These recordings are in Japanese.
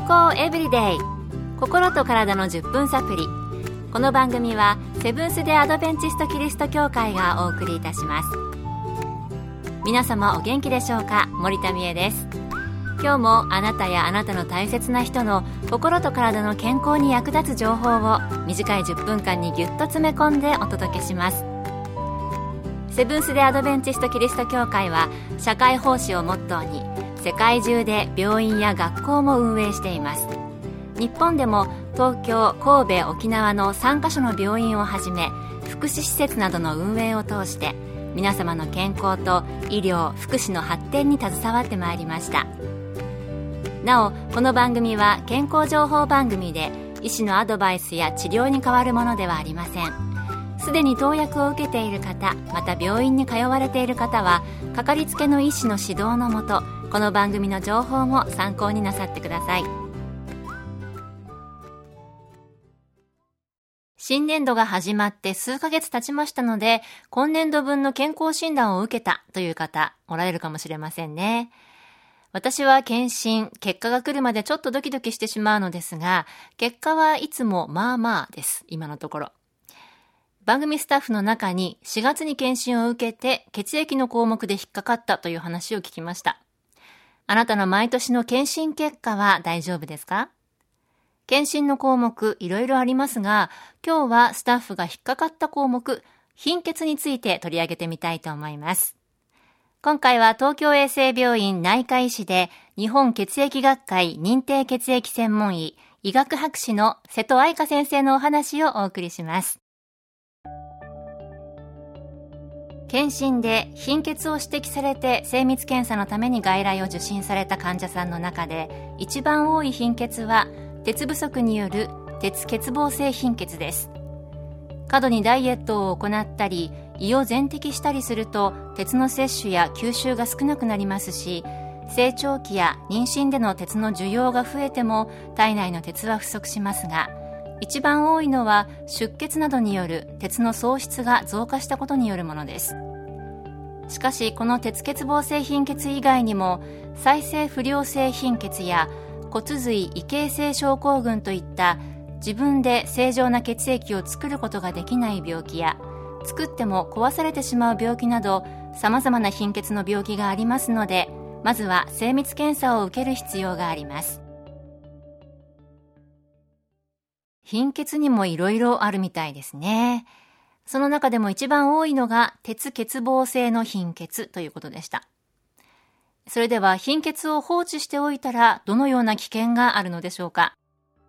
康エブリデイ、心と体の10分サプリ。この番組はセブンス・デ・アドベンチスト・キリスト教会がお送りいたします。皆様お元気でしょうか。森田美恵です。今日もあなたやあなたの大切な人の心と体の健康に役立つ情報を短い10分間にぎゅっと詰め込んでお届けします。セブンス・デ・アドベンチスト・キリスト教会は社会奉仕をモットーに世界中で病院や学校も運営しています。日本でも東京、神戸、沖縄の3カ所の病院をはじめ福祉施設などの運営を通して皆様の健康と医療・福祉の発展に携わってまいりました。なお、この番組は健康情報番組で医師のアドバイスや治療に代わるものではありません。すでに投薬を受けている方、また病院に通われている方はかかりつけの医師の指導のもと、この番組の情報も参考になさってください。新年度が始まって数ヶ月経ちましたので、今年度分の健康診断を受けたという方おられるかもしれませんね。私は検診、結果が来るまでちょっとドキドキしてしまうのですが、結果はいつもまあまあです、今のところ。番組スタッフの中に4月に検診を受けて血液の項目で引っかかったという話を聞きました。あなたの毎年の検診結果は大丈夫ですか？検診の項目いろいろありますが、今日はスタッフが引っかかった項目、貧血について取り上げてみたいと思います。今回は東京衛生病院内科医師で日本血液学会認定血液専門医、医学博士の瀬戸愛香先生のお話をお送りします。検診で貧血を指摘されて精密検査のために外来を受診された患者さんの中で一番多い貧血は鉄不足による鉄欠乏性貧血です。過度にダイエットを行ったり胃を全摘したりすると鉄の摂取や吸収が少なくなりますし、成長期や妊娠での鉄の需要が増えても体内の鉄は不足しますが、一番多いのは出血などによる鉄の喪失が増加したことによるものです。しかしこの鉄欠乏性貧血以外にも再生不良性貧血や骨髄異形成症候群といった自分で正常な血液を作ることができない病気や作っても壊されてしまう病気など様々な貧血の病気がありますので、まずは精密検査を受ける必要があります。貧血にもいろいろあるみたいですね。その中でも一番多いのが鉄欠乏性の貧血ということでした。それでは貧血を放置しておいたらどのような危険があるのでしょうか。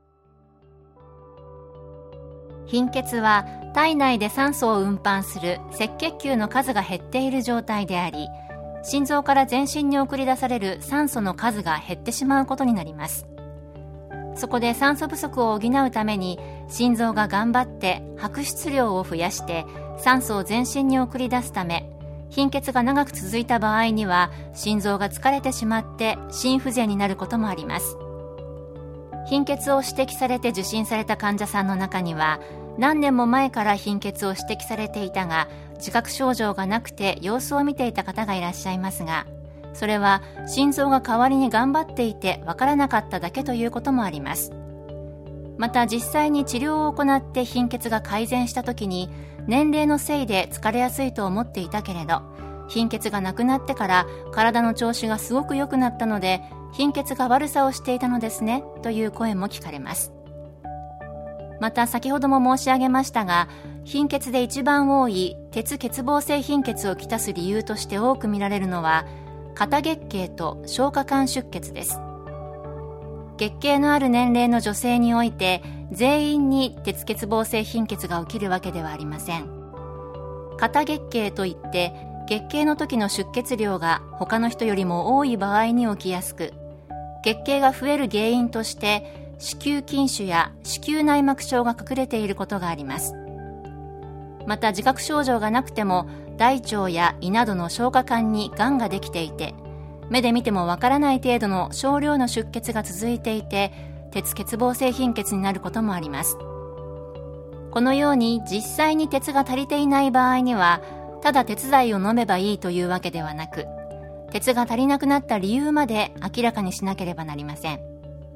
貧血は体内で酸素を運搬する赤血球の数が減っている状態であり、心臓から全身に送り出される酸素の数が減ってしまうことになります。そこで酸素不足を補うために心臓が頑張って拍出量を増やして酸素を全身に送り出すため、貧血が長く続いた場合には心臓が疲れてしまって心不全になることもあります。貧血を指摘されて受診された患者さんの中には、何年も前から貧血を指摘されていたが自覚症状がなくて様子を見ていた方がいらっしゃいますが、それは心臓が代わりに頑張っていてわからなかっただけということもあります。また実際に治療を行って貧血が改善した時に年齢のせいで疲れやすいと思っていたけれど、貧血がなくなってから体の調子がすごく良くなったので貧血が悪さをしていたのですねという声も聞かれます。また先ほども申し上げましたが、貧血で一番多い鉄欠乏性貧血をきたす理由として多く見られるのは肩月経と消化管出血です。月経のある年齢の女性において全員に鉄欠乏性貧血が起きるわけではありません。肩月経といって月経の時の出血量が他の人よりも多い場合に起きやすく、月経が増える原因として子宮筋腫や子宮内膜症が隠れていることがあります。また自覚症状がなくても大腸や胃などの消化管にがんができていて、目で見てもわからない程度の少量の出血が続いていて鉄欠乏性貧血になることもあります。このように実際に鉄が足りていない場合にはただ鉄剤を飲めばいいというわけではなく、鉄が足りなくなった理由まで明らかにしなければなりません。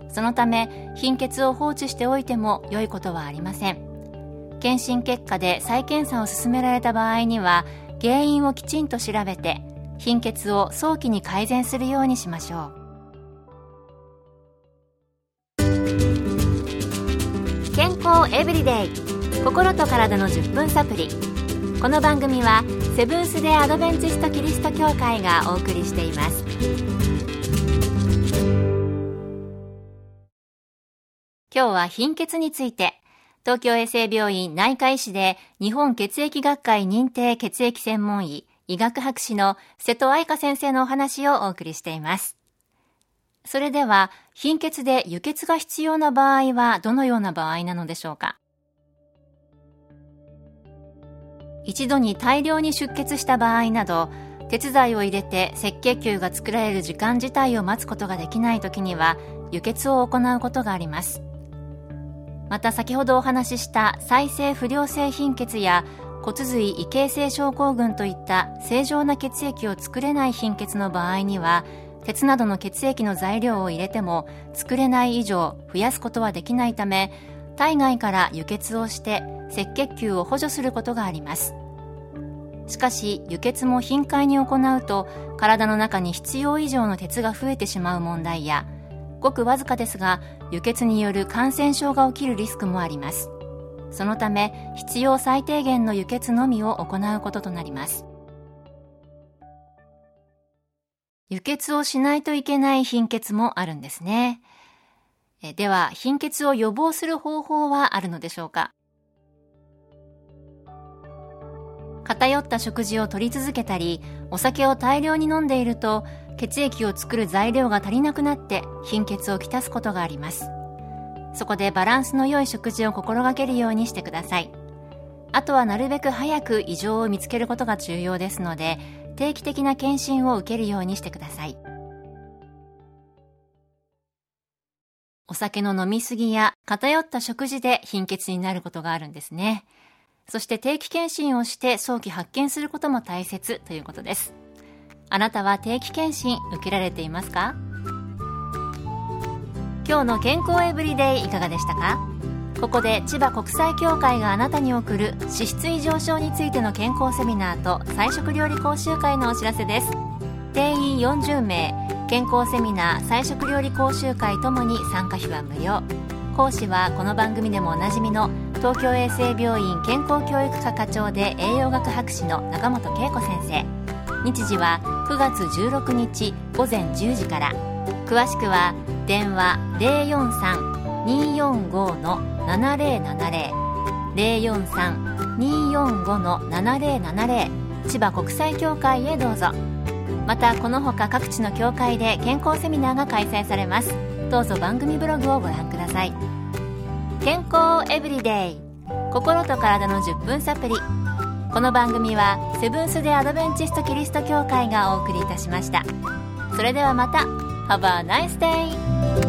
そのため貧血を放置しておいても良いことはありません。検診結果で再検査を勧められた場合には原因をきちんと調べて貧血を早期に改善するようにしましょう。健康エブリデイ、心と体の10分サプリ。この番組はセブンス・デ・アドベンチスト・キリスト教会がお送りしています。今日は貧血について、東京衛生病院内科医師で日本血液学会認定血液専門医、医学博士の瀬戸愛香先生のお話をお送りしています。それでは貧血で輸血が必要な場合はどのような場合なのでしょうか。一度に大量に出血した場合など、鉄剤を入れて赤血球が作られる時間自体を待つことができないときには輸血を行うことがあります。また先ほどお話しした再生不良性貧血や骨髄異形成症候群といった正常な血液を作れない貧血の場合には、鉄などの血液の材料を入れても作れない以上増やすことはできないため、体外から輸血をして赤血球を補助することがあります。しかし輸血も頻回に行うと体の中に必要以上の鉄が増えてしまう問題や、ごくわずかですが輸血による感染症が起きるリスクもあります。そのため必要最低限の輸血のみを行うこととなります。輸血をしないといけない貧血もあるんですね。では貧血を予防する方法はあるのでしょうか。偏った食事を摂り続けたり、お酒を大量に飲んでいると血液を作る材料が足りなくなって貧血をきたすことがあります。そこでバランスの良い食事を心がけるようにしてください。あとはなるべく早く異常を見つけることが重要ですので、定期的な検診を受けるようにしてください。お酒の飲みすぎや偏った食事で貧血になることがあるんですね。そして定期検診をして早期発見することも大切ということです。あなたは定期検診受けられていますか？今日の健康エブリデイいかがでしたか？ここで千葉国際協会があなたに送る脂質異常症についての健康セミナーと菜食料理講習会のお知らせです。定員40名、健康セミナー、菜食料理講習会ともに参加費は無料。講師はこの番組でもおなじみの東京衛生病院健康教育科課長で栄養学博士の中本恵子先生。日時は9月16日午前10時から。詳しくは電話 043-245-7070 043-245-7070 千葉国際協会へどうぞ。またこの他各地の協会で健康セミナーが開催されます。どうぞ番組ブログをご覧ください。健康エブリデイ、心と体の10分サプリ。この番組はセブンス・デ・アドベンチスト・キリスト教会がお送りいたしました。それではまた。Have a nice day!